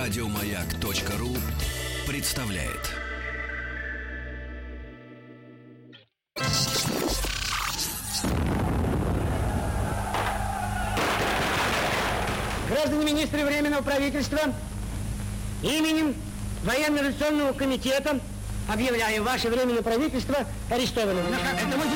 Радиомаяк.ру представляет. Граждане министры Временного правительства, именем Военно-революционного комитета объявляем ваше Временное правительство арестованным. Это мы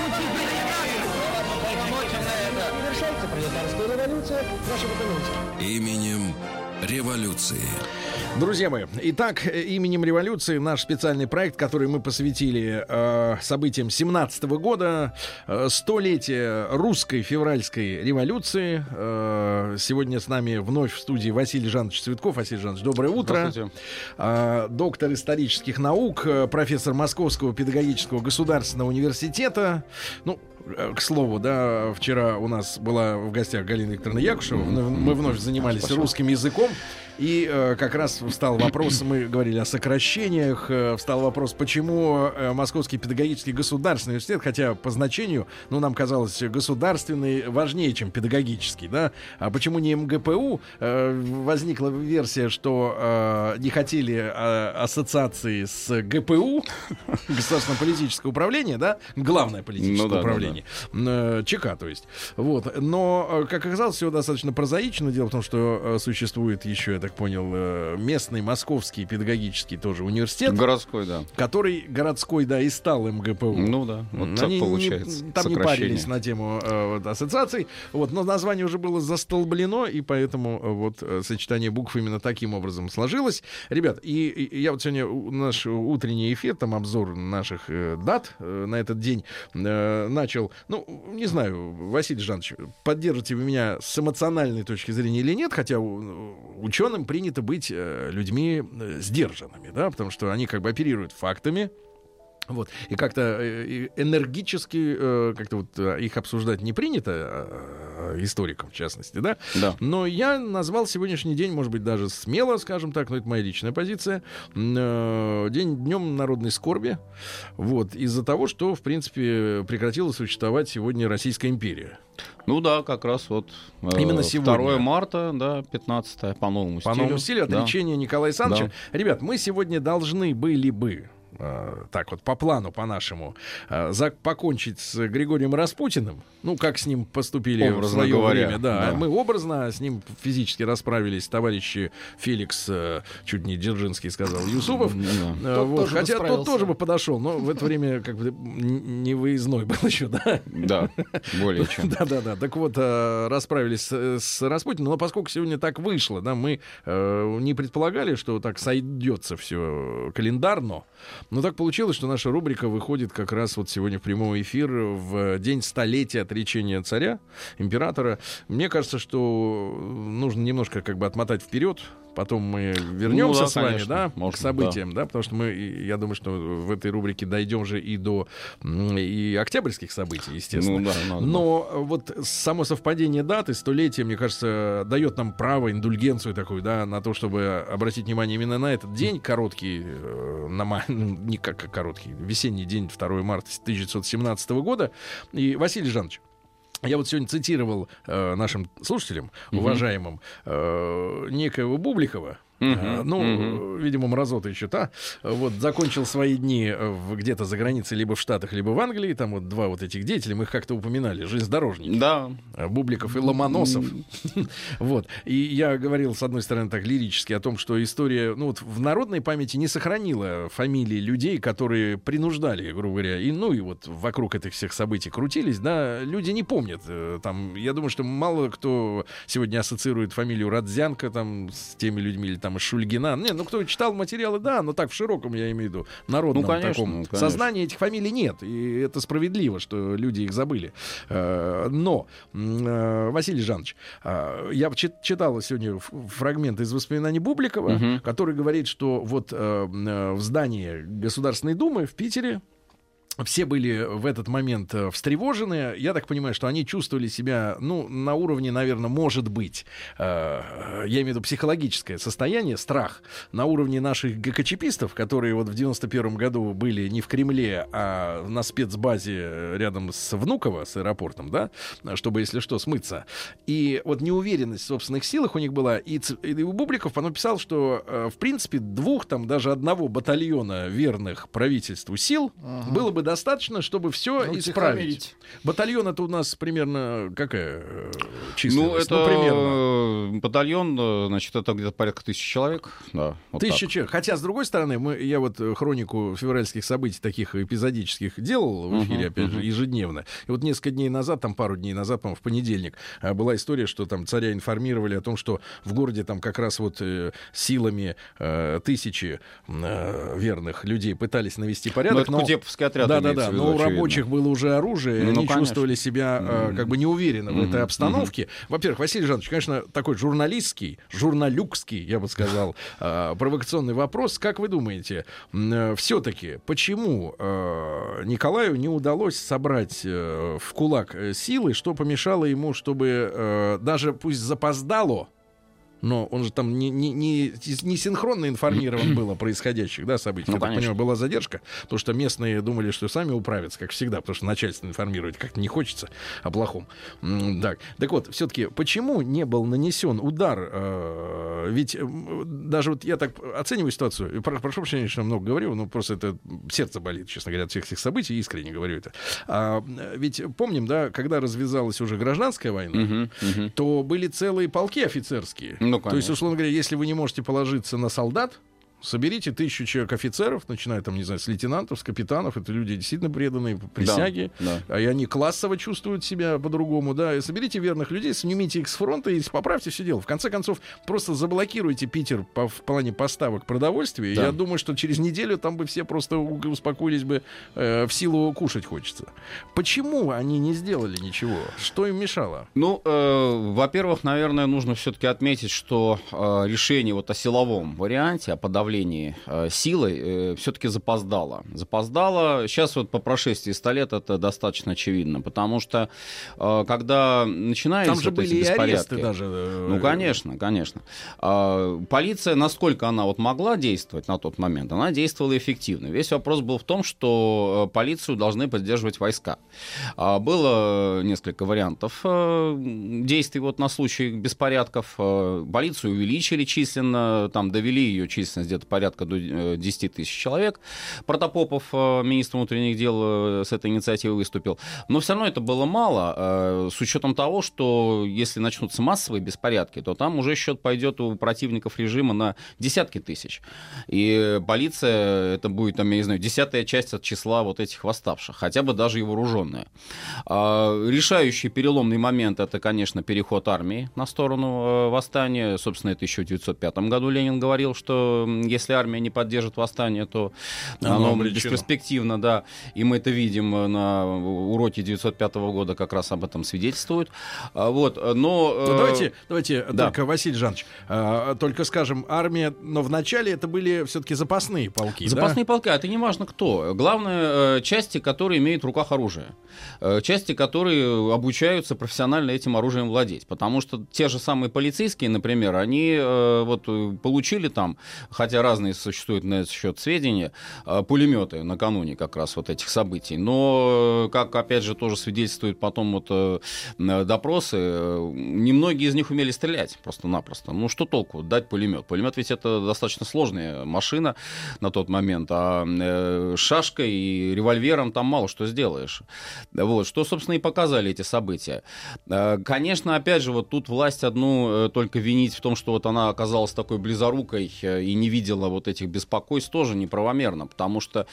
завершается пролетарская революция в нашем экономике. Именем революции. Друзья мои, итак, именем революции наш специальный проект, который мы посвятили событиям 17-го года, столетие русской февральской революции. Сегодня с нами вновь в студии Василий Жанович Цветков. Василий Жанович, доброе утро. Доктор исторических наук, профессор Московского педагогического государственного университета. Ну, к слову, да, вчера у нас была в гостях Галина Викторовна Якушева. Мы вновь занимались русским языком. И как раз встал вопрос, мы говорили о сокращениях, встал вопрос, почему Московский педагогический государственный университет, хотя по значению, ну, нам казалось, государственный важнее, чем педагогический, да, а почему не МГПУ? Возникла версия, что не хотели ассоциации с ГПУ, Государственное политическое управление, да, главное политическое управление, ЧК, то есть, вот, но, как оказалось, все достаточно прозаично. Дело в том, что существует еще, я так понял, местный московский педагогический тоже университет. Городской, да. Который городской, да, и стал МГПУ. Ну да, вот так получается. Там не парились на тему ассоциаций. Вот, но название уже было застолблено, и поэтому вот сочетание букв именно таким образом сложилось. Ребят, и я вот сегодня наш утренний эфир, там обзор наших дат на этот день начал. Ну, не знаю, Василий Жанович, поддержите вы меня с эмоциональной точки зрения или нет, хотя ученым принято быть людьми сдержанными, да, потому что они как бы оперируют фактами. Вот. И как-то энергически как-то вот их обсуждать не принято, историкам в частности, да? Да. Но я назвал сегодняшний день, может быть, даже смело, скажем так, но это моя личная позиция, днем народной скорби. Вот. Из-за того, что, в принципе, прекратила существовать сегодня Российская империя. Ну да, как раз вот именно сегодня. 2 марта, да, 15 по новому стилю. По новому стилю, отречение Николая Александровича. Да. Ребят, мы сегодня должны были бы так вот, по плану, по-нашему, покончить с Григорием Распутиным. Ну, как с ним поступили образно в свое время. Да. Мы образно с ним физически расправились товарищи Феликс, чуть не Дзержинский сказал, Юсупов. Вот. Хотя тот тоже бы подошел, но в это время как бы не выездной был еще, да? Да, более чем. Да. Так вот, расправились с Распутиным, но поскольку сегодня так вышло, да, мы не предполагали, что так сойдется все календарно. Но так получилось, что наша рубрика выходит как раз вот сегодня в прямой эфир в день столетия отречения царя, императора. Мне кажется, что нужно немножко как бы отмотать вперед. Потом мы вернемся с вами, конечно, да, к событиям, да, потому что я думаю, что в этой рубрике дойдем же и до октябрьских событий, естественно. Ну, да, но вот само совпадение даты, столетия, мне кажется, дает нам право, индульгенцию такую, да, на то, чтобы обратить внимание именно на этот день, короткий, не как короткий, весенний день, 2 марта 1917 года. И, Василий Жанович, я вот сегодня цитировал нашим слушателям, уважаемым, некоего Бубликова. Видимо, мразота еще та. Вот, закончил свои дни где-то за границей, либо в Штатах, либо в Англии. Там вот два вот этих деятеля, мы их как-то упоминали, железнодорожники. Да. Бубликов и Ломоносов. Вот. И я говорил, с одной стороны, так лирически о том, что история, ну вот в народной памяти не сохранила фамилии людей, которые принуждали, грубо говоря, и вот вокруг этих всех событий крутились, да, люди не помнят. Там, я думаю, что мало кто сегодня ассоциирует фамилию Родзянко там с теми людьми, или там Шульгина. Кто читал материалы, да, но так в широком, я имею в виду, народном таком сознании этих фамилий нет. И это справедливо, что люди их забыли. Но, Василий Жанович, я читал сегодня фрагмент из воспоминаний Бубликова, который говорит, что вот в здании Государственной Думы в Питере все были в этот момент встревожены. Я так понимаю, что они чувствовали себя, ну, на уровне, наверное, может быть, я имею в виду психологическое состояние, страх, на уровне наших ГКЧПистов, которые вот в 91 году были не в Кремле, а на спецбазе рядом с Внуково, с аэропортом, да, чтобы, если что, смыться. И вот неуверенность в собственных силах у них была. И Бубликов потом писал, что, в принципе, даже одного батальона верных правительству сил было бы достаточно, чтобы все исправить. Батальон — это у нас примерно какая численность? Ну, это примерно. батальон, значит, это где-то порядка 1000 человек. Да, вот 1000 человек. Хотя, с другой стороны, я вот хронику февральских событий таких эпизодических делал в эфире, опять же, ежедневно. И вот несколько дней назад, пару дней назад, по-моему, в понедельник, была история, что там царя информировали о том, что в городе там как раз вот силами 1000 верных людей пытались навести порядок. Но это Кутеповский отряд. Да. Но у рабочих было уже оружие, и они чувствовали себя как бы неуверенно в этой обстановке. Во-первых, Василий Жанович, конечно, такой журналюкский, я бы сказал, провокационный вопрос. Как вы думаете, все-таки почему Николаю не удалось собрать в кулак силы, что помешало ему, чтобы даже пусть запоздало, но он же там не синхронно информирован был о происходящих, да, событиях. Я так понимаю, была задержка, потому что местные думали, что сами управятся, как всегда, потому что начальство информировать как-то не хочется о плохом. Так вот, все-таки почему не был нанесен удар? Ведь даже вот я так оцениваю ситуацию, прошу прощения, что много говорю, но просто это сердце болит, честно говоря, от всех этих событий, искренне говорю это. Ведь помним, да, когда развязалась уже гражданская война, то были целые полки офицерские. То есть, условно говоря, если вы не можете положиться на солдат, соберите 1000 человек офицеров, начиная там, не знаю, с лейтенантов, с капитанов, это люди действительно преданные присяге, и они классово чувствуют себя по-другому, да, и соберите верных людей, снимите их с фронта и поправьте все дело. В конце концов, просто заблокируйте Питер в плане поставок продовольствия, и я думаю, что через неделю там бы все просто успокоились бы, в силу кушать хочется. Почему они не сделали ничего? Что им мешало? Ну, во-первых, наверное, нужно все-таки отметить, что решение вот о силовом варианте, о подавлении силой все-таки запоздало. Сейчас вот по прошествии 100 лет это достаточно очевидно, потому что когда начинались там же вот были эти беспорядки... аресты даже. Ну, конечно. Полиция, насколько она вот могла действовать на тот момент, она действовала эффективно. Весь вопрос был в том, что полицию должны поддерживать войска. Было несколько вариантов действий вот на случай беспорядков. Полицию увеличили численно, там довели ее численность где-то порядка до 10 тысяч человек. Протопопов, министр внутренних дел, с этой инициативой выступил. Но все равно это было мало, с учетом того, что если начнутся массовые беспорядки, то там уже счет пойдет у противников режима на десятки тысяч. И полиция, это будет, там, я не знаю, 10-я часть от числа вот этих восставших, хотя бы даже и вооруженная. Решающий переломный момент — это, конечно, переход армии на сторону восстания. Собственно, это еще в 1905 году Ленин говорил, что если армия не поддержит восстание, то оно бесперспективно, да. И мы это видим на уроке 1905 года, как раз об этом свидетельствует. Вот, но давайте только, Василий Жанович, только скажем, армия, но вначале это были все-таки запасные полки. Запасные полки, а это не важно кто. Главное, части, которые имеют в руках оружие. Части, которые обучаются профессионально этим оружием владеть. Потому что те же самые полицейские, например, они вот получили там, хотя разные существуют на этот счет сведения, пулеметы накануне как раз вот этих событий. Но, как опять же тоже свидетельствуют потом вот допросы, немногие из них умели стрелять просто-напросто. Ну что толку дать пулемет? Пулемет ведь это достаточно сложная машина на тот момент, а шашкой и револьвером там мало что сделаешь. Вот, что, собственно, и показали эти события. Конечно, опять же, вот тут власть одну только винить в том, что вот она оказалась такой близорукой и не видела вот этих беспокойств, тоже неправомерно, потому что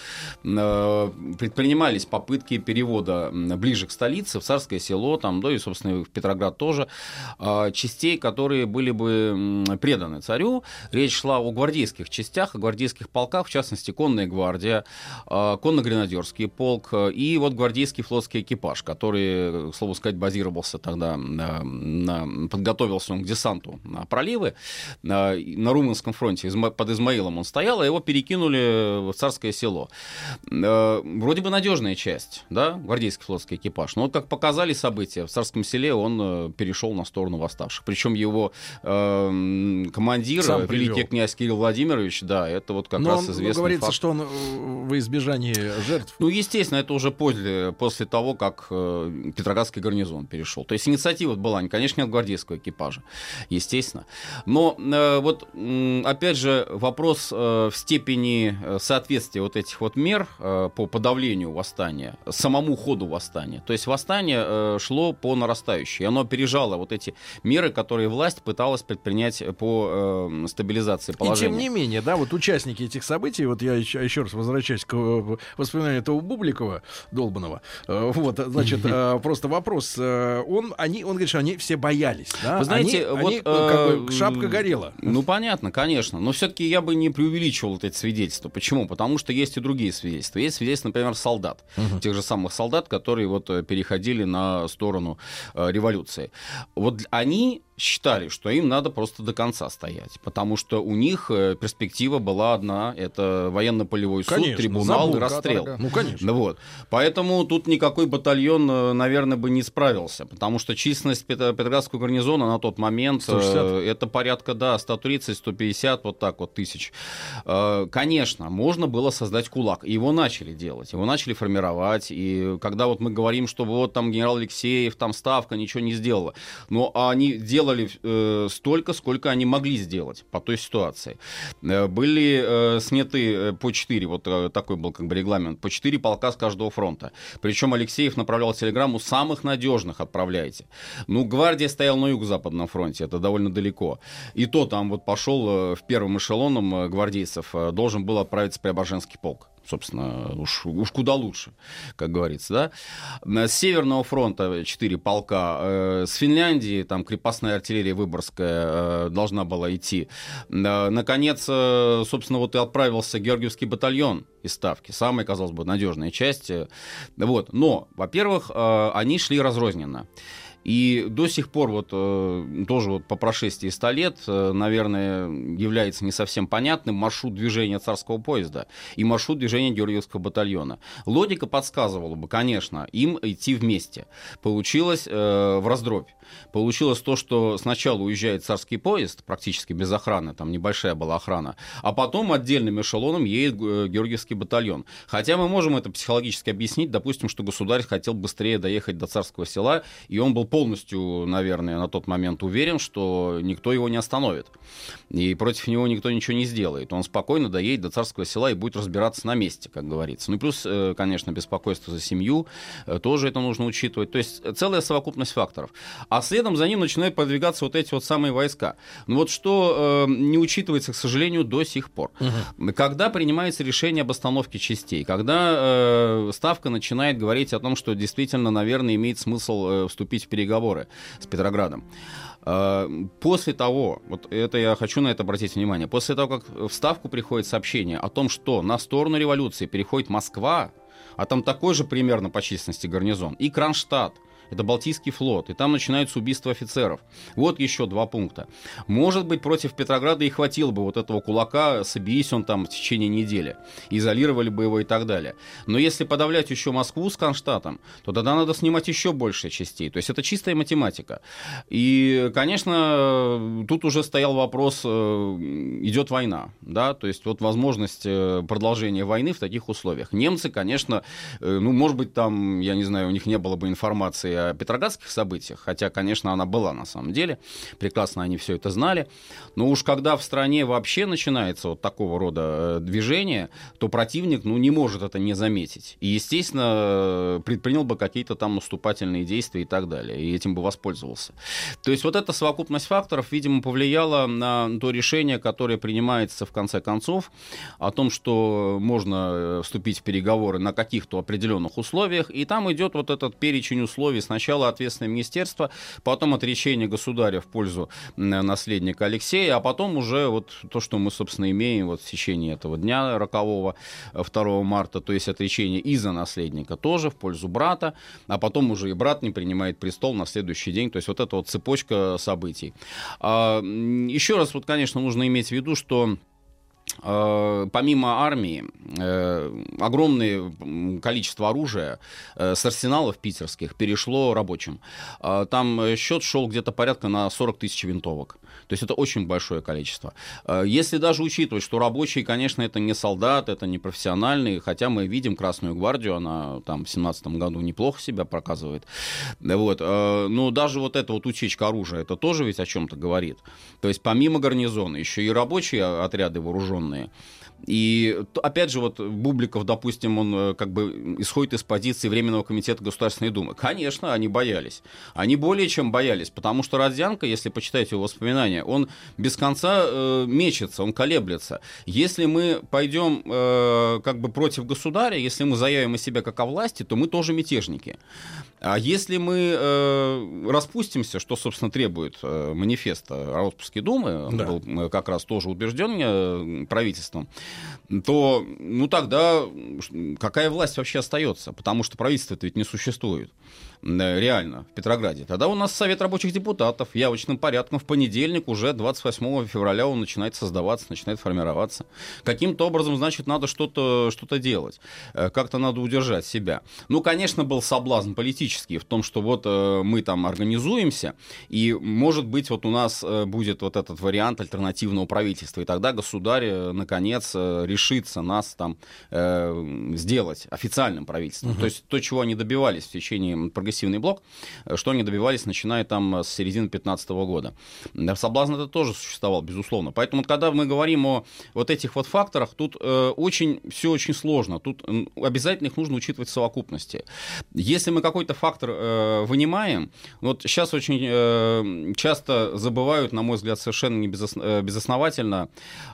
предпринимались попытки перевода ближе к столице, в Царское Село, там, да и, собственно, в Петроград тоже, частей, которые были бы преданы царю. Речь шла о гвардейских частях, о гвардейских полках, в частности, конная гвардия, конно-гренадерский полк и вот гвардейский флотский экипаж, который, к слову сказать, базировался тогда, подготовился он к десанту на проливы на Румынском фронте под Измаилом он стоял, а его перекинули в Царское Село. Вроде бы надежная часть, да, гвардейский флотский экипаж. Но вот как показали события, в Царском Селе он перешел на сторону восставших. Причем его командир, великий князь Кирилл Владимирович, да, это вот как раз известный факт. Говорится, что он во избежание жертв. Ну, естественно, это уже после того, как Петроградский гарнизон перешел. То есть инициатива была, конечно, не от гвардейского экипажа, естественно. Но вот, опять же, вопрос в степени соответствия вот этих вот мер по подавлению восстания, самому ходу восстания. То есть восстание шло по нарастающей. Оно опережало вот эти меры, которые власть пыталась предпринять по стабилизации положения. И тем не менее, да, вот участники этих событий, вот я еще раз возвращаюсь к воспоминанию этого Бубликова, долбанного, вот, значит, просто вопрос, он говорит, что они все боялись, да? Вы знаете, они как бы шапка горела. Ну, понятно, конечно, но все-таки я бы не преувеличивал вот эти свидетельства. Почему? Потому что есть и другие свидетельства. Есть свидетельства, например, солдат, тех же самых солдат, которые вот переходили на сторону революции. Вот они считали, что им надо просто до конца стоять, потому что у них перспектива была одна, это военно-полевой суд, конечно, трибунал и расстрел. Ну, конечно. Вот. Поэтому тут никакой батальон, наверное, бы не справился, потому что численность Петроградского гарнизона на тот момент 160. Это порядка, да, 130-150, вот так вот тысяч. Конечно, можно было создать кулак, и его начали делать, его начали формировать, и когда вот мы говорим, что вот там генерал Алексеев, там Ставка ничего не сделала, но они делали столько, сколько они могли сделать по той ситуации. Были сметы по 4, вот такой был как бы регламент, по 4 полка с каждого фронта. Причем Алексеев направлял телеграмму: самых надежных отправляйте. Ну, гвардия стояла на юго-западном фронте, это довольно далеко. И то там вот пошел в первым эшелоном гвардейцев, должен был отправиться Преображенский полк. Собственно, уж куда лучше, как говорится, да. С Северного фронта 4 полка, с Финляндии, там крепостная артиллерия Выборгская должна была идти. Наконец, собственно, вот и отправился Георгиевский батальон из Ставки, самая, казалось бы, надежная часть. Вот. Но, во-первых, они шли разрозненно. И до сих пор, вот, тоже вот по прошествии 100 лет, наверное, является не совсем понятным маршрут движения царского поезда и маршрут движения Георгиевского батальона. Логика подсказывала бы, конечно, им идти вместе. Получилось в раздробь. Получилось то, что сначала уезжает царский поезд, практически без охраны, там небольшая была охрана, а потом отдельным эшелоном едет Георгиевский батальон. Хотя мы можем это психологически объяснить, допустим, что государь хотел быстрее доехать до Царского Села, и он был полностью, наверное, на тот момент уверен, что никто его не остановит, и против него никто ничего не сделает. Он спокойно доедет до Царского Села и будет разбираться на месте, как говорится. Ну и плюс, конечно, беспокойство за семью, тоже это нужно учитывать. То есть целая совокупность факторов. А следом за ним начинают продвигаться вот эти вот самые войска. Ну вот что не учитывается, к сожалению, до сих пор. Когда принимается решение об остановке частей, когда Ставка начинает говорить о том, что действительно, наверное, имеет смысл вступить в переговоры с Петроградом. После того, вот это я хочу на это обратить внимание, после того, как в Ставку приходит сообщение о том, что на сторону революции переходит Москва, а там такой же примерно по численности гарнизон, и Кронштадт, это Балтийский флот, и там начинаются убийства офицеров. Вот еще 2 пункта. Может быть, против Петрограда и хватило бы вот этого кулака, соберись он там в течение недели, изолировали бы его и так далее. Но если подавлять еще Москву с Кронштадтом, то тогда надо снимать еще больше частей. То есть это чистая математика. И, конечно, тут уже стоял вопрос, идет война, да, то есть вот возможность продолжения войны в таких условиях. Немцы, конечно, ну, может быть, там, я не знаю, у них не было бы информации о петроградских событиях, хотя, конечно, она была на самом деле, прекрасно они все это знали, но уж когда в стране вообще начинается вот такого рода движение, то противник, ну, не может это не заметить, и, естественно, предпринял бы какие-то там наступательные действия и так далее, и этим бы воспользовался. То есть вот эта совокупность факторов, видимо, повлияла на то решение, которое принимается в конце концов, о том, что можно вступить в переговоры на каких-то определенных условиях, и там идет вот этот перечень условий. Сначала ответственное министерство, потом отречение государя в пользу наследника Алексея, а потом уже вот то, что мы, собственно, имеем вот в течение этого дня рокового, 2 марта, то есть отречение и за наследника тоже в пользу брата, а потом уже и брат не принимает престол на следующий день. То есть вот эта вот цепочка событий. Еще раз, вот, конечно, нужно иметь в виду, что помимо армии, огромное количество оружия с арсеналов питерских перешло рабочим. Там счет шел где-то порядка на 40 тысяч винтовок. То есть это очень большое количество. Если даже учитывать, что рабочие, конечно, это не солдаты, это не профессиональные, хотя мы видим Красную гвардию, она там в 17 году неплохо себя показывает. Вот. Но даже вот эта вот утечка оружия, это тоже ведь о чем-то говорит. То есть помимо гарнизона еще и рабочие отряды вооруженные. И опять же, вот Бубликов, допустим, он как бы исходит из позиции Временного комитета Государственной Думы. Конечно, они боялись. Они более чем боялись, потому что Родзянко, если почитать его воспоминания, он без конца мечется, он колеблется. Если мы пойдем как бы против государя, если мы заявим о себе как о власти, то мы тоже мятежники. А если мы распустимся, что, собственно, требует манифест о распуске Думы, он был как раз тоже утвержден правительством, то тогда какая власть вообще остается? Потому что правительства-то ведь не существует. Реально, в Петрограде. Тогда у нас Совет рабочих депутатов явочным порядком в понедельник, уже 28 февраля, он начинает создаваться, начинает формироваться. Каким-то образом, значит, надо что-то делать. Как-то надо удержать себя. Конечно, был соблазн политический в том, что вот мы там организуемся, и, может быть, вот у нас будет вот этот вариант альтернативного правительства, и тогда государь, наконец, решится нас там сделать официальным правительством. То есть то, чего они добивались в течение прогрессивный блок, что они добивались, начиная там с середины 2015 года. Соблазн это тоже существовал, безусловно. Поэтому вот, когда мы говорим о вот этих вот факторах, тут все очень сложно. Тут обязательно их нужно учитывать в совокупности. Если мы какой-то фактор вынимаем, вот сейчас очень часто забывают, на мой взгляд, совершенно не безосновательно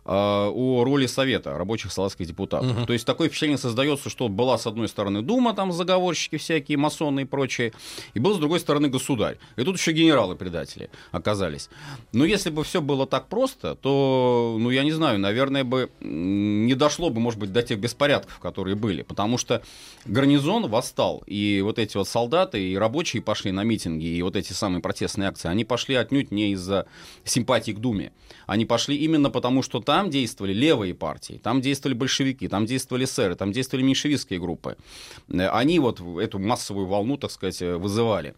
о роли Совета рабочих солдатских депутатов. То есть такое впечатление создается, что была, с одной стороны, Дума, там заговорщики всякие, масоны и прочие, и был, с другой стороны, государь. И тут еще генералы-предатели оказались. Но если бы все было так просто, то, я не знаю, наверное, бы не дошло бы, может быть, до тех беспорядков, которые были. Потому что гарнизон восстал, и вот эти вот солдаты и рабочие пошли на митинги, и вот эти самые протестные акции, они пошли отнюдь не из-за симпатий к Думе. Они пошли именно потому, что там действовали левые партии, там действовали большевики, там действовали эсеры, там действовали меньшевистские группы. Они вот эту массовую волну, так сказать, вызывали.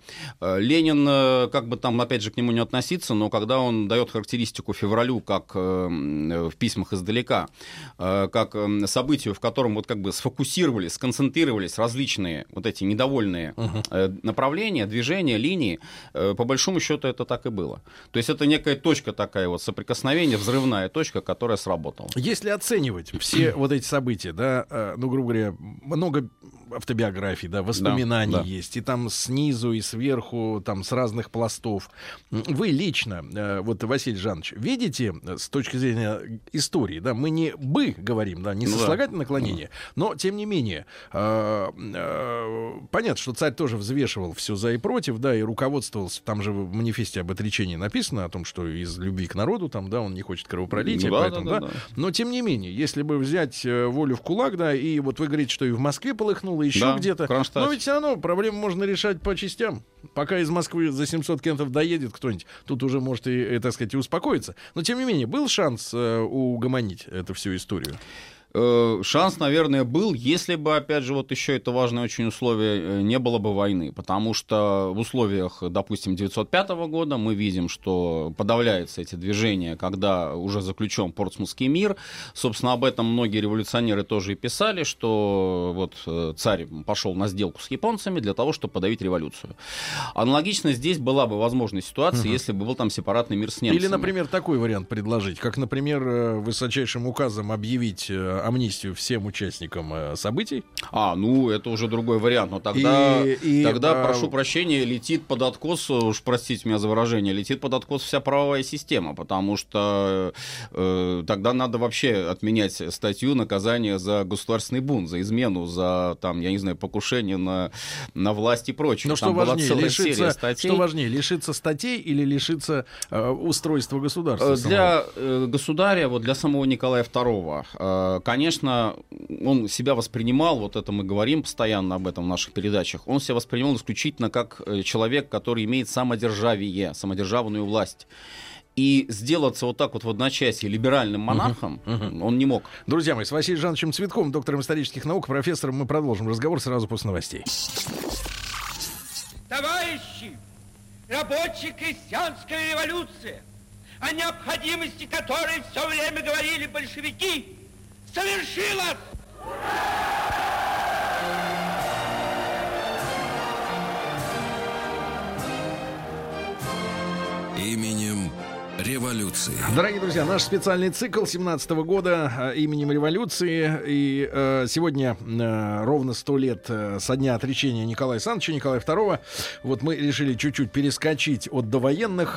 Ленин, как бы там, опять же, к нему не относиться, но когда он дает характеристику февралю, как в письмах издалека, как событию, в котором вот как бы сфокусировались, сконцентрировались различные вот эти недовольные направления, движения, линии, по большому счету это так и было. То есть это некая точка такая вот соприкосновения, взрывная точка, которая сработала. Если оценивать все вот эти события, да, грубо говоря, много автобиографий, да, воспоминаний есть, и там снизу, и сверху, там с разных пластов. Вы лично, вот, Василий Жанович, видите с точки зрения истории, да, мы не «бы» говорим, да, не сослагательное наклонение, но, тем не менее, понятно, что царь тоже взвешивал все за и против, да, и руководствовался, там же в манифесте об отречении написано о том, что из любви к народу, там, да, он не хочет кровопролития, поэтому, да. Но, тем не менее, если бы взять волю в кулак, да, и вот вы говорите, что и в Москве полыхнуло, еще где-то, но ведь все равно проблему можно решать по частям. Пока из Москвы за 700 километров доедет кто-нибудь, тут уже может и, так сказать, и успокоиться. Но, тем не менее, был шанс угомонить эту всю историю? Шанс, наверное, был, если бы, опять же, вот еще это важное очень условие, не было бы войны. Потому что в условиях, допустим, 1905 года мы видим, что подавляются эти движения, когда уже заключен Портсмутский мир. Собственно, об этом многие революционеры тоже и писали, что вот царь пошел на сделку с японцами для того, чтобы подавить революцию. Аналогично здесь была бы возможная ситуация, если бы был там сепаратный мир с немцами. Или, например, такой вариант предложить, как, например, высочайшим указом объявить амнистию всем участникам событий. Это уже другой вариант. Но тогда, прошу прощения, летит под откос, уж простите меня за выражение, летит под откос вся правовая система, потому что тогда надо вообще отменять статью наказания за государственный бунт, за измену, за, там, я не знаю, покушение на власть и прочее. Но что важнее, лишиться статей или лишиться устройства государства? Для государя, вот для самого Николая II, конечно, он себя воспринимал, вот это мы говорим постоянно об этом в наших передачах, он себя воспринимал исключительно как человек, который имеет самодержавие, самодержавную власть. И сделаться вот так вот в одночасье либеральным монархом он не мог. Друзья мои, с Василием Жановичем Цветковым, доктором исторических наук, профессором, мы продолжим разговор сразу после новостей. Товарищи, рабочая крестьянская революция, о необходимости которой все время говорили большевики, совершилась! Именем революции. Дорогие друзья, наш специальный цикл 17-го года именем революции. И сегодня ровно 100 лет со дня отречения Николая Александровича, Николая II. Вот мы решили чуть-чуть перескочить от довоенных,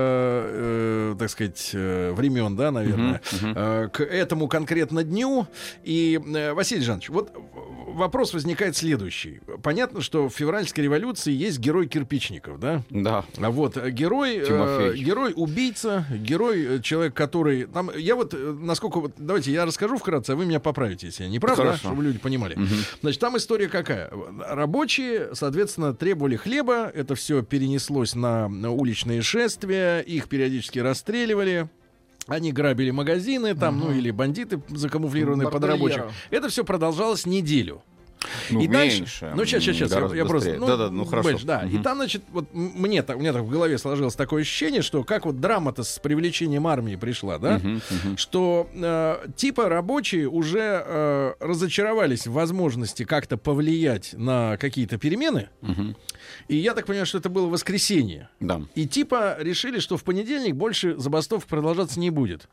так сказать, времен, да, наверное, к этому конкретно дню. И, Василий Жанович, вот вопрос возникает следующий. Понятно, что в февральской революции есть герой кирпичников, да? Да. А вот герой-убийца, герой, человек, который... Там, я вот, насколько... Вот, давайте я расскажу вкратце, а вы меня поправите, если я не прав, да, чтобы люди понимали. Значит, там история какая? Рабочие, соответственно, требовали хлеба, это все перенеслось на уличные шествия, их периодически расстреливали. Они грабили магазины, там, ну, или бандиты, закамуфлированные под рабочих. Это все продолжалось неделю. Ну, и меньше. Дальше, ну, сейчас, я просто... Ну хорошо. Больше, да. И там, значит, вот у меня так в голове сложилось такое ощущение, что как вот драма-то с привлечением армии пришла, да, что типа рабочие уже разочаровались в возможности как-то повлиять на какие-то перемены. И я так понимаю, что это было воскресенье. Да. И типа решили, что в понедельник больше забастовка продолжаться не будет.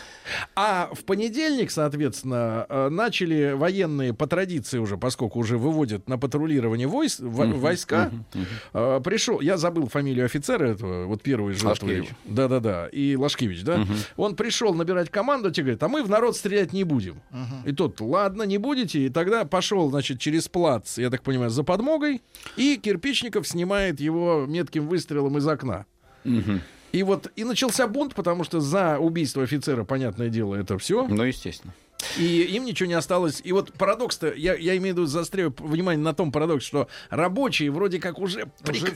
А в понедельник, соответственно, начали военные по традиции уже, поскольку уже выводят на патрулирование войска. Пришел, я забыл фамилию офицера этого, вот первый жертвы. Да-да-да, и Лашкевич, да? Он пришел набирать команду, тебе говорит, а мы в народ стрелять не будем. И тот, ладно, не будете. И тогда пошел, значит, через плац, я так понимаю, за подмогой, и Кирпичников снимает его метким выстрелом из окна. И вот и начался бунт, потому что за убийство офицера, понятное дело, это все. Ну, естественно. И им ничего не осталось. И вот парадокс-то, я имею в виду, заостряю внимание на том парадоксе, что рабочие вроде как уже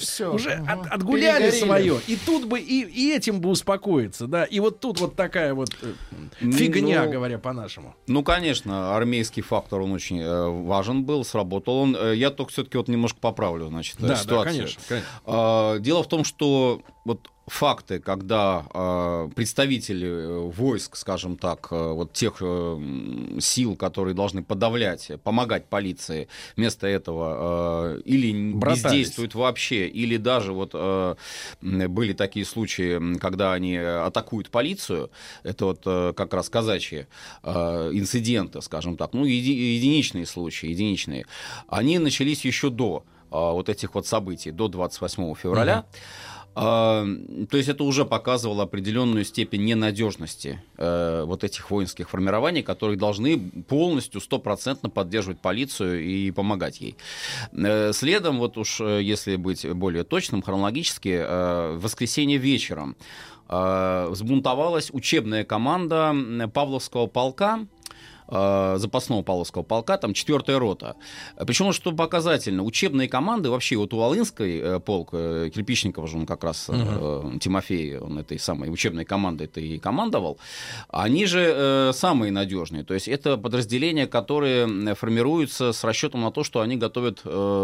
отгуляли свое. И тут бы и этим бы успокоиться, да. И вот тут вот такая вот фигня, говоря по-нашему. Ну, конечно, армейский фактор, он очень важен был, сработал он. Я только все-таки вот немножко поправлю, значит, ситуацию. Да, конечно. Дело в том, что вот факты, когда представители войск, скажем так, вот тех сил, которые должны подавлять, помогать полиции, вместо этого или бездействуют вообще, или даже вот были такие случаи, когда они атакуют полицию, это вот как раз казачьи инциденты, скажем так, ну, единичные случаи, единичные, они начались еще до вот этих вот событий, до 28 февраля. То есть это уже показывало определенную степень ненадежности вот этих воинских формирований, которые должны полностью, 100% поддерживать полицию и помогать ей. Следом, вот уж если быть более точным, хронологически, в воскресенье вечером взбунтовалась учебная команда Павловского полка, запасного Павловского полка, там 4-я рота. Причем, что показательно, учебные команды, вообще вот у Волынской полк, Кирпичников же он как раз, Тимофей, он этой самой учебной командой-то и командовал, они же самые надежные. То есть это подразделения, которые формируются с расчетом на то, что они готовят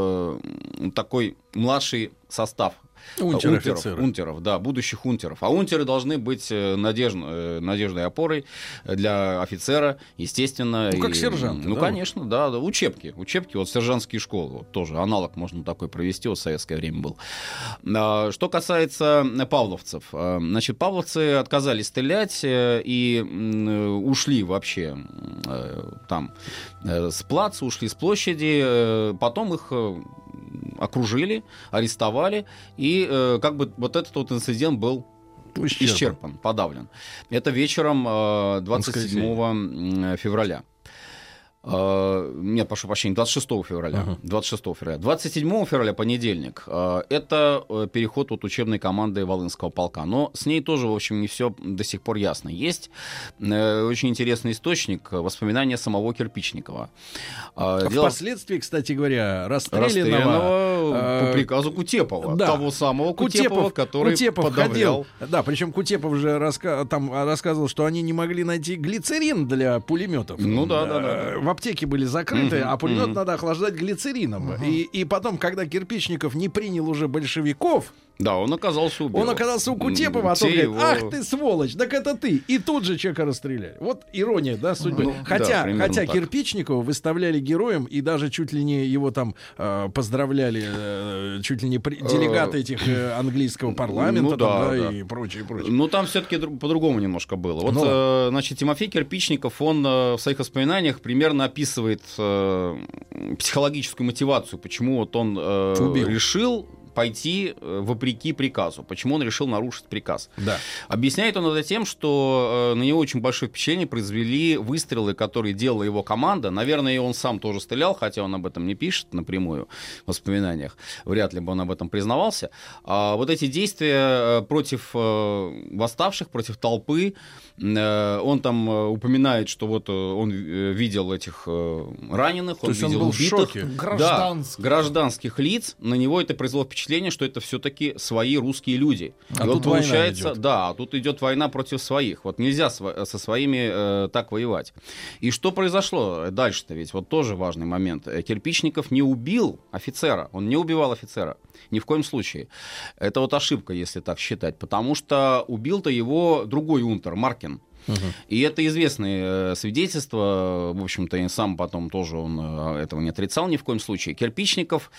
такой младший состав. Унтеров, да, будущих унтеров. А унтеры должны быть надежной опорой для офицера, естественно. Ну, как сержанты, ну, да? конечно, да, учебки, вот сержантские школы, вот, тоже аналог можно такой провести, вот в советское время был. Что касается павловцев, значит, павловцы отказались стрелять и ушли вообще там с плаца, ушли с площади, потом их окружили, арестовали, и как бы вот этот вот инцидент был исчерпан, подавлен. Это вечером 27 февраля. Нет, прошу прощения, 26 февраля. 26 февраля. 27 февраля, понедельник, это переход от учебной команды Волынского полка. Но с ней тоже, в общем, не все до сих пор ясно. Есть очень интересный источник, воспоминания самого Кирпичникова. Впоследствии, кстати говоря, расстрелянного по приказу Кутепова. Да. Того самого Кутепова, который подавлял. Да, причем Кутепов же рассказывал, что они не могли найти глицерин для пулеметов. Ну да. В аптеки были закрыты, а пулемет надо охлаждать глицерином. И потом, когда Кирпичников не принял уже большевиков, да, он оказался убит. Он оказался у Кутепова, а тот говорит: ах ты сволочь, так это ты. И тут же человека расстреляли. Вот ирония, да, судьбы. Хотя Кирпичникова выставляли героем, и даже чуть ли не его там поздравляли, чуть ли не делегаты этих английского парламента, и прочее. Ну, там все-таки по-другому немножко было. Вот, значит, Тимофей Кирпичников, он в своих воспоминаниях примерно описывает психологическую мотивацию, почему вот он решил пойти вопреки приказу. Почему он решил нарушить приказ? Да. Объясняет он это тем, что на него очень большое впечатление произвели выстрелы, которые делала его команда. Наверное, и он сам тоже стрелял, хотя он об этом не пишет напрямую в воспоминаниях. Вряд ли бы он об этом признавался. А вот эти действия против восставших, против толпы, он там упоминает, что вот он видел этих раненых, он видел убитых. Гражданских лиц. На него это произвело впечатление, что это все-таки свои русские люди. А тут получается, тут идет война против своих. Вот нельзя со своими так воевать. И что произошло дальше-то? Ведь вот тоже важный момент. Кирпичников не убил офицера. Он не убивал офицера. Ни в коем случае. Это вот ошибка, если так считать. Потому что убил-то его другой унтер, Маркин. И это известные свидетельства, в общем-то, и сам потом тоже он этого не отрицал ни в коем случае. Кирпичников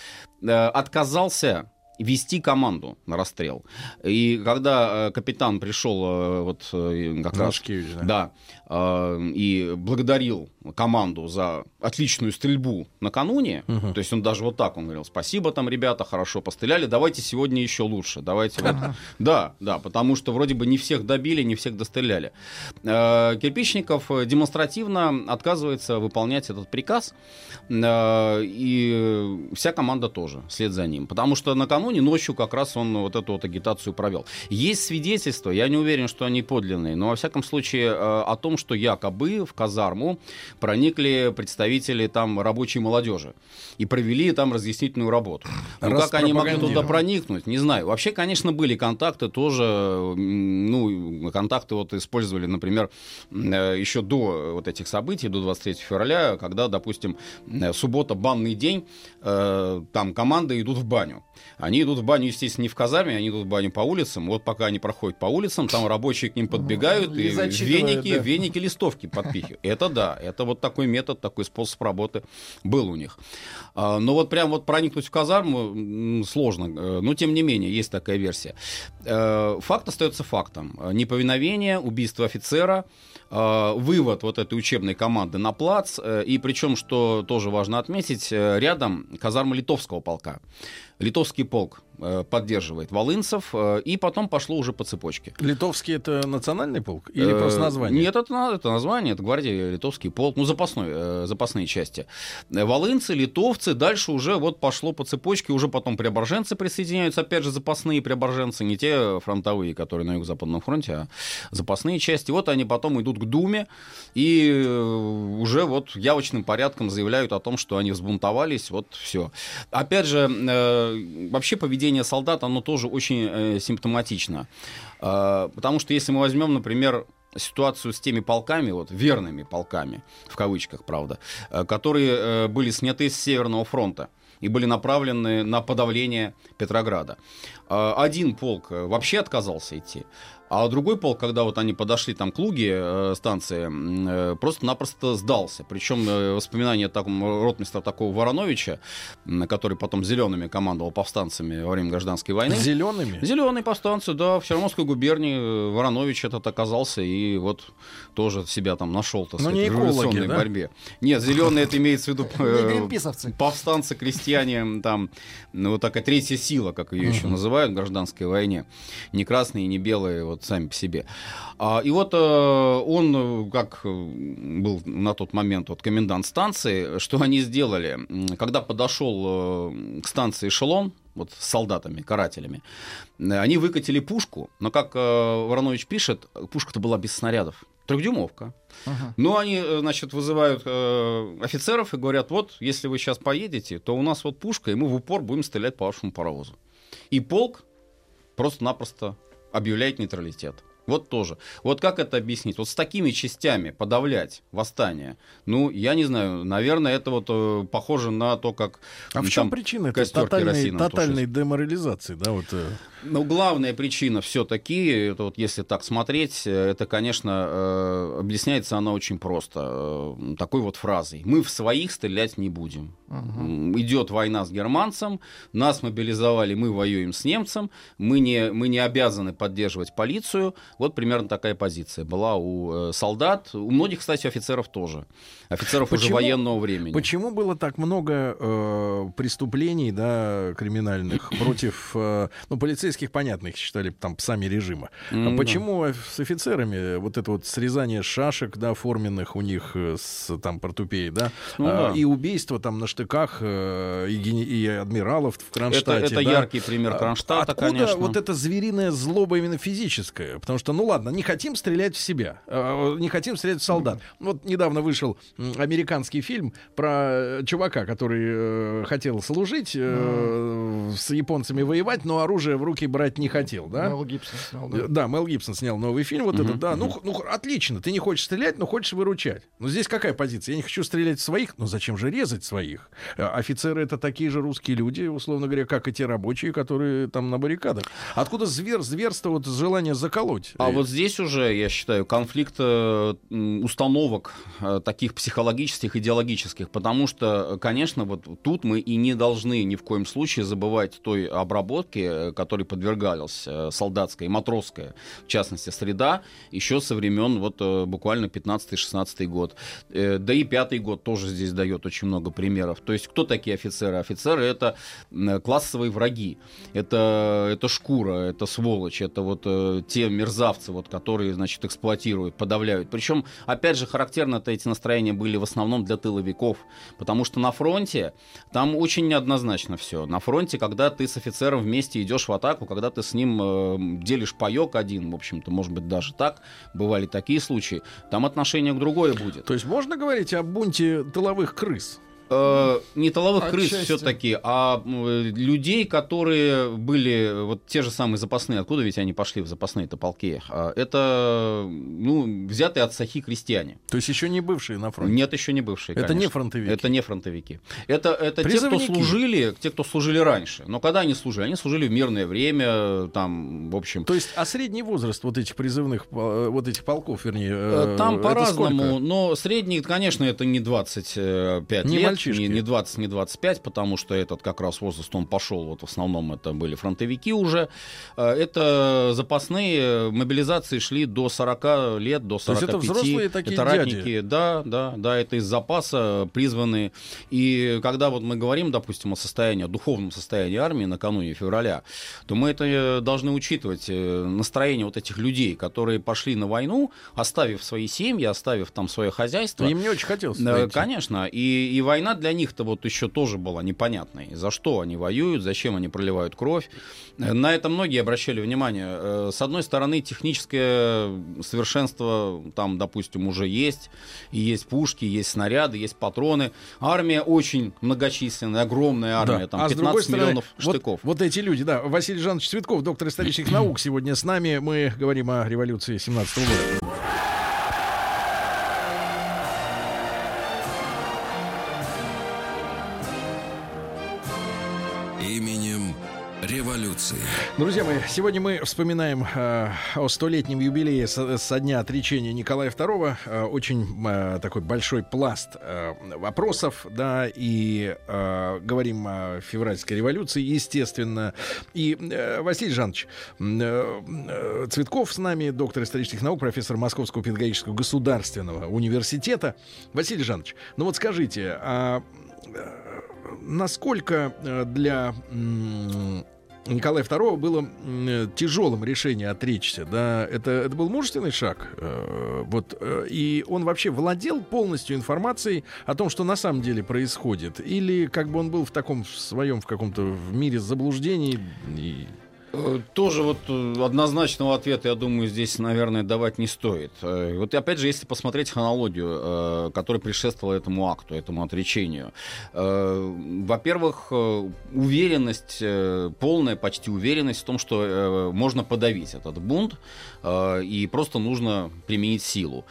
отказался вести команду на расстрел. И когда капитан пришел вот как раз, и благодарил команду за отличную стрельбу накануне, то есть он даже вот так, он говорил: спасибо там, ребята, хорошо постреляли, давайте сегодня еще лучше, давайте вот. Да, потому что вроде бы не всех добили, не всех достреляли. Кирпичников демонстративно отказывается выполнять этот приказ, и вся команда тоже вслед за ним, потому что накануне ночью как раз он вот эту вот агитацию провел. Есть свидетельства, я не уверен, что они подлинные, но во всяком случае о том, что якобы в казарму проникли представители там рабочей молодежи и провели там разъяснительную работу. Ну, как они могли туда проникнуть, не знаю. Вообще, конечно, были контакты тоже, контакты вот использовали, например, еще до вот этих событий, до 23 февраля, когда, допустим, суббота, банный день, там команды идут в баню. Они идут в баню, естественно, не в казарме, они идут в баню по улицам. Вот пока они проходят по улицам, там рабочие к ним подбегают и веники, листовки подпихивают. Это да, это вот такой метод, такой способ работы был у них. Но вот прям вот проникнуть в казарму сложно. Но тем не менее, есть такая версия. Факт остается фактом. Неповиновение, убийство офицера, вывод вот этой учебной команды на плац. И причем, что тоже важно отметить, рядом казарма Литовского полка. Литовский полк поддерживает волынцев, и потом пошло уже по цепочке. Литовский — это национальный полк или просто название? Нет, это название, это гвардия, Литовский полк, запасные части. Волынцы, литовцы, дальше уже вот пошло по цепочке, уже потом преображенцы присоединяются, опять же, запасные преображенцы, не те фронтовые, которые на Юго-Западном фронте, а запасные части. Вот они потом идут к Думе и уже вот явочным порядком заявляют о том, что они взбунтовались, вот все. Опять же, вообще поведение солдат, оно тоже очень симптоматично. Потому что если мы возьмем, например, ситуацию с теми полками, вот верными полками, в кавычках, правда, которые были сняты с Северного фронта и были направлены на подавление Петрограда. Один полк вообще отказался идти, а другой полк, когда вот они подошли там к Луге, станции, просто-напросто сдался. Причем воспоминания ротмистра такого Вороновича, который потом зелеными командовал повстанцами во время гражданской войны. Зелеными? Зеленые повстанцы, да. В Черноморской губернии Воронович этот оказался и вот тоже себя там нашел, так сказать, в революционной борьбе. Нет, зеленые, это имеется в виду повстанцы, крестьяне, там, вот такая третья сила, как ее еще называют. бывают в гражданской войне. Ни красные, ни белые вот сами по себе. И вот он, как был на тот момент вот комендант станции, что они сделали? Когда подошел к станции эшелон, вот с солдатами, карателями, они выкатили пушку, но, как Воронович пишет, пушка-то была без снарядов. 3-дюймовка. Ну, они, значит, вызывают офицеров и говорят, вот, если вы сейчас поедете, то у нас вот пушка, и мы в упор будем стрелять по вашему паровозу. И полк просто-напросто объявляет нейтралитет. Вот тоже. Вот как это объяснить? Вот с такими частями подавлять восстание, ну, я не знаю, наверное, это вот похоже на то, как... А в чем причина этой тотальной деморализации, да, вот... Ну, главная причина все-таки, это вот если так смотреть, это, конечно, объясняется она очень просто. Такой вот фразой. Мы в своих стрелять не будем. Идет война с германцем, нас мобилизовали, мы воюем с немцем, мы не обязаны поддерживать полицию. Вот примерно такая позиция была у солдат, у многих, кстати, офицеров тоже. Офицеров уже военного времени. Почему было так много преступлений, да, криминальных против полицейских, понятно, их считали там псами режима. А почему с офицерами вот это вот срезание шашек, да, форменных у них с там портупеей, да, и убийства там на штыках и адмиралов в Кронштадте. Это да? Яркий пример Кронштадта, откуда конечно. Вот эта звериная злоба именно физическая? Потому что, ну ладно, не хотим стрелять в себя, не хотим стрелять в солдат. Вот недавно вышел американский фильм про чувака, который хотел служить, с японцами воевать, но оружие в руки брать не хотел, да? Мел Гибсон снял, да? Да, Мел Гибсон снял новый фильм, вот этот, да. Ну, отлично, ты не хочешь стрелять, но хочешь выручать. Но здесь какая позиция? Я не хочу стрелять в своих, но зачем же резать своих? Офицеры — это такие же русские люди, условно говоря, как и те рабочие, которые там на баррикадах. Откуда зверство, вот желание заколоть? А вот здесь уже, я считаю, конфликт установок таких психологических, идеологических, потому что, конечно, вот тут мы и не должны ни в коем случае забывать той обработки, которой подвергалась солдатская и матросская, в частности, среда, еще со времен вот буквально 15-16 год. Да и 5-й год тоже здесь дает очень много примеров. То есть кто такие офицеры? Офицеры — это классовые враги, это шкура, это сволочь, это вот те мерзавцы, вот, которые, значит, эксплуатируют, подавляют. Причем, опять же, характерно-то эти настроения были в основном для тыловиков, потому что на фронте там очень неоднозначно все. На фронте, когда ты с офицером вместе идешь в атаку, когда ты с ним делишь паёк один, в общем-то, может быть, даже так, бывали такие случаи, там отношение к другое будет. То есть можно говорить о бунте тыловых крыс? Не тыловых крыс все-таки, а людей, которые были вот те же самые запасные. Откуда ведь они пошли в запасные-то полки? Это, ну, взятые от сахи крестьяне. То есть еще не бывшие на фронте? Нет, еще не бывшие, это конечно. Не фронтовики? Это не фронтовики. Это те, кто служили раньше. Но когда они служили? Они служили в мирное время, там, в общем... То есть, а средний возраст вот этих призывных, вот этих полков, вернее, там по-разному, но средний, конечно, это не 25 лет. Не 20, не 25, потому что этот как раз возраст, он пошел, вот в основном это были фронтовики уже. Это запасные, мобилизации шли до 40 лет, до 45. То есть это взрослые такие это ратники, дяди. Да, это из запаса призванные. И когда вот мы говорим, допустим, о духовном состоянии армии накануне февраля, то мы это должны учитывать, настроение вот этих людей, которые пошли на войну, оставив свои семьи, оставив там свое хозяйство. Им не очень хотелось. Конечно, и война для них-то вот еще тоже была непонятной. За что они воюют, зачем они проливают кровь. На это многие обращали внимание. С одной стороны, техническое совершенство там, допустим, уже есть. И есть пушки, есть снаряды, есть патроны. Армия очень многочисленная, огромная армия. Да. Там 15 миллионов штыков. Вот эти люди, да. Василий Жанович Цветков, доктор исторических наук, сегодня с нами. Мы говорим о революции 17-го года. Именем революции. Друзья мои, сегодня мы вспоминаем о 100-летнем юбилее со дня отречения Николая II. Очень такой большой пласт вопросов, да, и говорим о февральской революции, естественно. И Василий Жанович Цветков с нами, доктор исторических наук, профессор Московского педагогического государственного университета. Василий Жанович, ну вот скажите, насколько для Николая II было тяжелым решение отречься, да, это был мужественный шаг, и он вообще владел полностью информацией о том, что на самом деле происходит, или как бы он был в таком своем, в каком-то в мире заблуждений и... Тоже вот однозначного ответа, я думаю, здесь, наверное, давать не стоит. Вот опять же, если посмотреть хронологию, которая предшествовала этому акту, этому отречению. Во-первых, уверенность, полная почти уверенность в том, что можно подавить этот бунт, и просто нужно применить силу.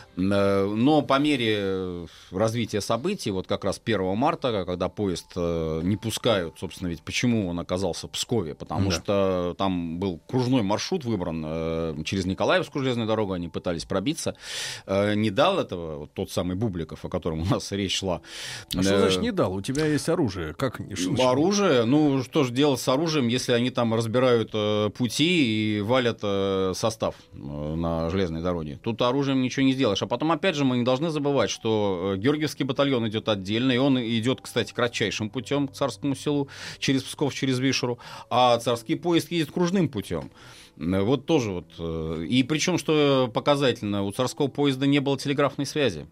Но по мере развития событий, вот как раз 1 марта, когда поезд не пускают, собственно, ведь почему он оказался в Пскове? Потому что там был кружной маршрут выбран через Николаевскую железную дорогу, они пытались пробиться. Не дал этого вот тот самый Бубликов, о котором у нас речь шла. А что значит не дал? У тебя есть оружие. Как? Оружие? Ну, что же делать с оружием, если они там разбирают пути и валят состав на железной дороге? Тут оружием ничего не сделаешь. А потом, опять же, мы не должны забывать, что Георгиевский батальон идет отдельно, и он идет, кстати, кратчайшим путем к Царскому селу, через Псков, через Вишеру, а царский поезд едет кружным путем. Вот тоже вот. И причем, что показательно, у царского поезда не было телеграфной связи.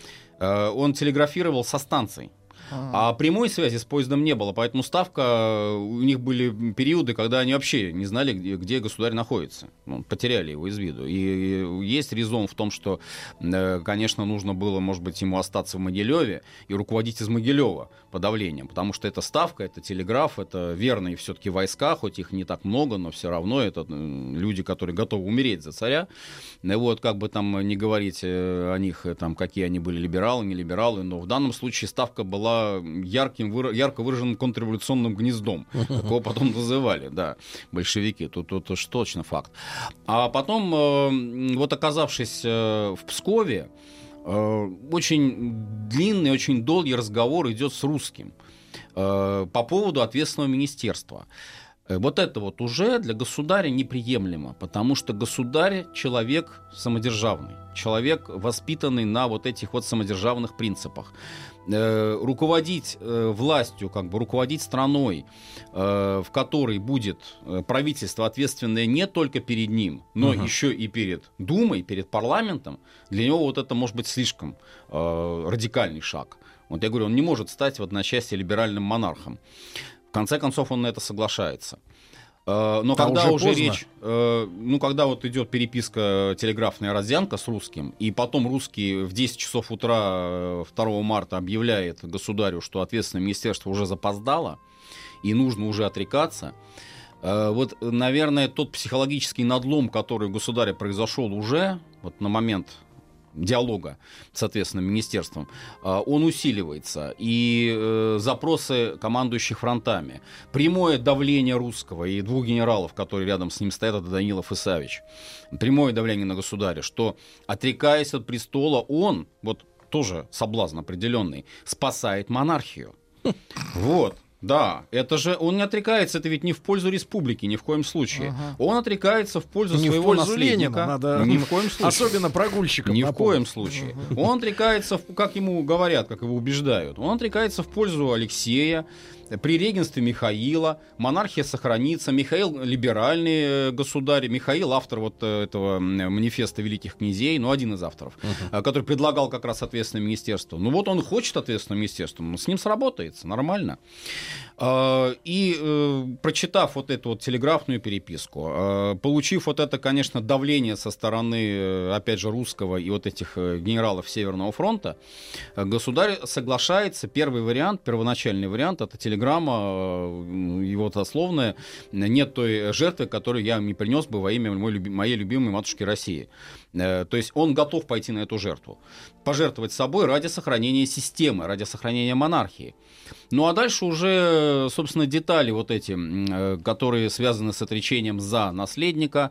Он телеграфировал со станций. А прямой связи с поездом не было, поэтому ставка, у них были периоды, когда они вообще не знали, где государь находится. Потеряли его из виду. И есть резон в том, что, конечно, нужно было, может быть, ему остаться в Могилеве и руководить из Могилева подавлением, потому что это ставка, это телеграф, это верные все-таки войска, хоть их не так много, но все равно это люди, которые готовы умереть за царя. Вот, как бы там не говорить о них, там, какие они были либералы, не либералы, но в данном случае ставка была ярко выраженным контрреволюционным гнездом. Такого потом называли, да, большевики. Тут уж точно факт. А потом, вот оказавшись в Пскове, очень длинный, очень долгий разговор идет с русским по поводу ответственного министерства. Вот это вот уже для государя неприемлемо, потому что государь — человек самодержавный, человек, воспитанный на вот этих вот самодержавных принципах. Руководить властью, как бы руководить страной, в которой будет правительство, ответственное не только перед ним, но еще и перед Думой, перед парламентом, для него вот это может быть слишком радикальный шаг. Вот я говорю, он не может стать в одночасье либеральным монархом. В конце концов, он на это соглашается. Но когда уже речь, когда вот идет переписка, телеграфная разъянка с русским, и потом русский в 10 часов утра 2 марта объявляет государю, что ответственное министерство уже запоздало, и нужно уже отрекаться, вот, наверное, тот психологический надлом, который у государя произошел уже вот на момент диалога с ответственным министерством, он усиливается. И запросы командующих фронтами, прямое давление русского и двух генералов, которые рядом с ним стоят, это Данилов и Савич, прямое давление на государя, что, отрекаясь от престола, он, вот тоже соблазн определенный, спасает монархию. Вот. Да, это же он не отрекается, это ведь не в пользу республики, ни в коем случае. Он отрекается в пользу не своего в пользу наследника. Ленина, надо ни в коем случае. Особенно прогульщикам. Ни в коем случае. Он отрекается, как ему говорят, как его убеждают, он отрекается в пользу Алексея. При регенстве Михаила монархия сохранится. Михаил либеральный государь. Михаил автор вот этого манифеста великих князей, один из авторов, который предлагал как раз ответственное министерство. Ну вот он хочет ответственное министерство, но с ним сработается нормально. И прочитав вот эту вот телеграфную переписку, получив вот это, конечно, давление со стороны, опять же, русского и вот этих генералов Северного фронта, государь соглашается. Первый вариант, первоначальный вариант, это телеграмма, его дословная: нет той жертвы, которую я не принес бы во имя моей любимой матушки России. То есть он готов пойти на эту жертву, пожертвовать собой ради сохранения системы, ради сохранения монархии. Ну а дальше уже, собственно, детали вот эти, которые связаны с отречением за наследника,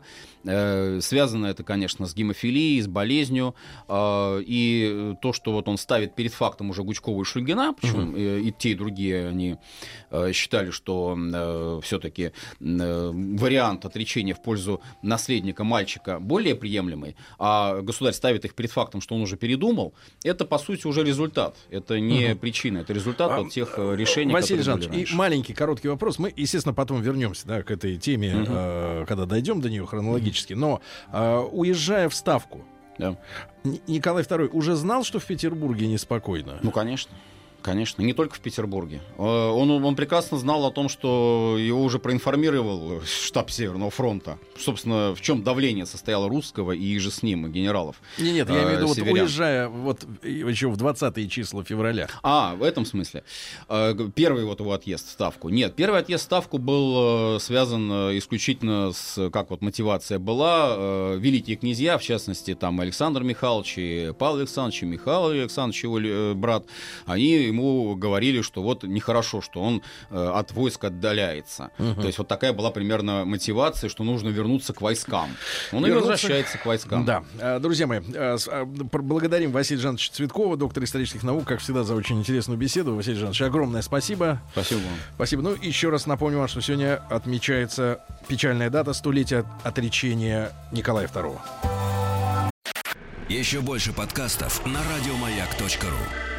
Связано это, конечно, с гемофилией, с болезнью. И то, что вот он ставит перед фактом уже Гучкова и Шульгина, причем и те, и другие, они считали, что все-таки вариант отречения в пользу наследника мальчика более приемлемый, а государь ставит их перед фактом, что он уже передумал, это, по сути, уже результат. Это не причина, это результат вот тех решений, Василий которые Жанович, были раньше. и маленький короткий вопрос. Мы, естественно, потом вернемся, да, к этой теме, когда дойдем до нее хронологически. Но уезжая в Ставку, Да. Николай II уже знал, что в Петербурге неспокойно? Ну, конечно. Конечно, не только в Петербурге. Он прекрасно знал о том, что его уже проинформировал штаб Северного фронта. Собственно, в чем давление состояло русского и иже с ним, и генералов. Нет, я имею в виду, вот, северян. уезжая вот еще в 20-е числа февраля. В этом смысле. Первый вот его отъезд в Ставку. Нет, первый отъезд в Ставку был связан исключительно с, как вот мотивация была, великие князья, в частности, там Александр Михайлович, и Павел Александрович, и Михаил Александрович, его брат, они ему говорили, что вот нехорошо, что он от войск отдаляется. То есть вот такая была примерно мотивация, что нужно вернуться к войскам. Он и возвращается к войскам. Да. Друзья мои, благодарим Василия Жановича Цветкова, доктора исторических наук, как всегда, за очень интересную беседу. Василий Жанович, огромное спасибо. Спасибо вам. Спасибо. Ну, еще раз напомню вам, что сегодня отмечается печальная дата столетия отречения Николая II. Еще больше подкастов на радиомаяк.ру.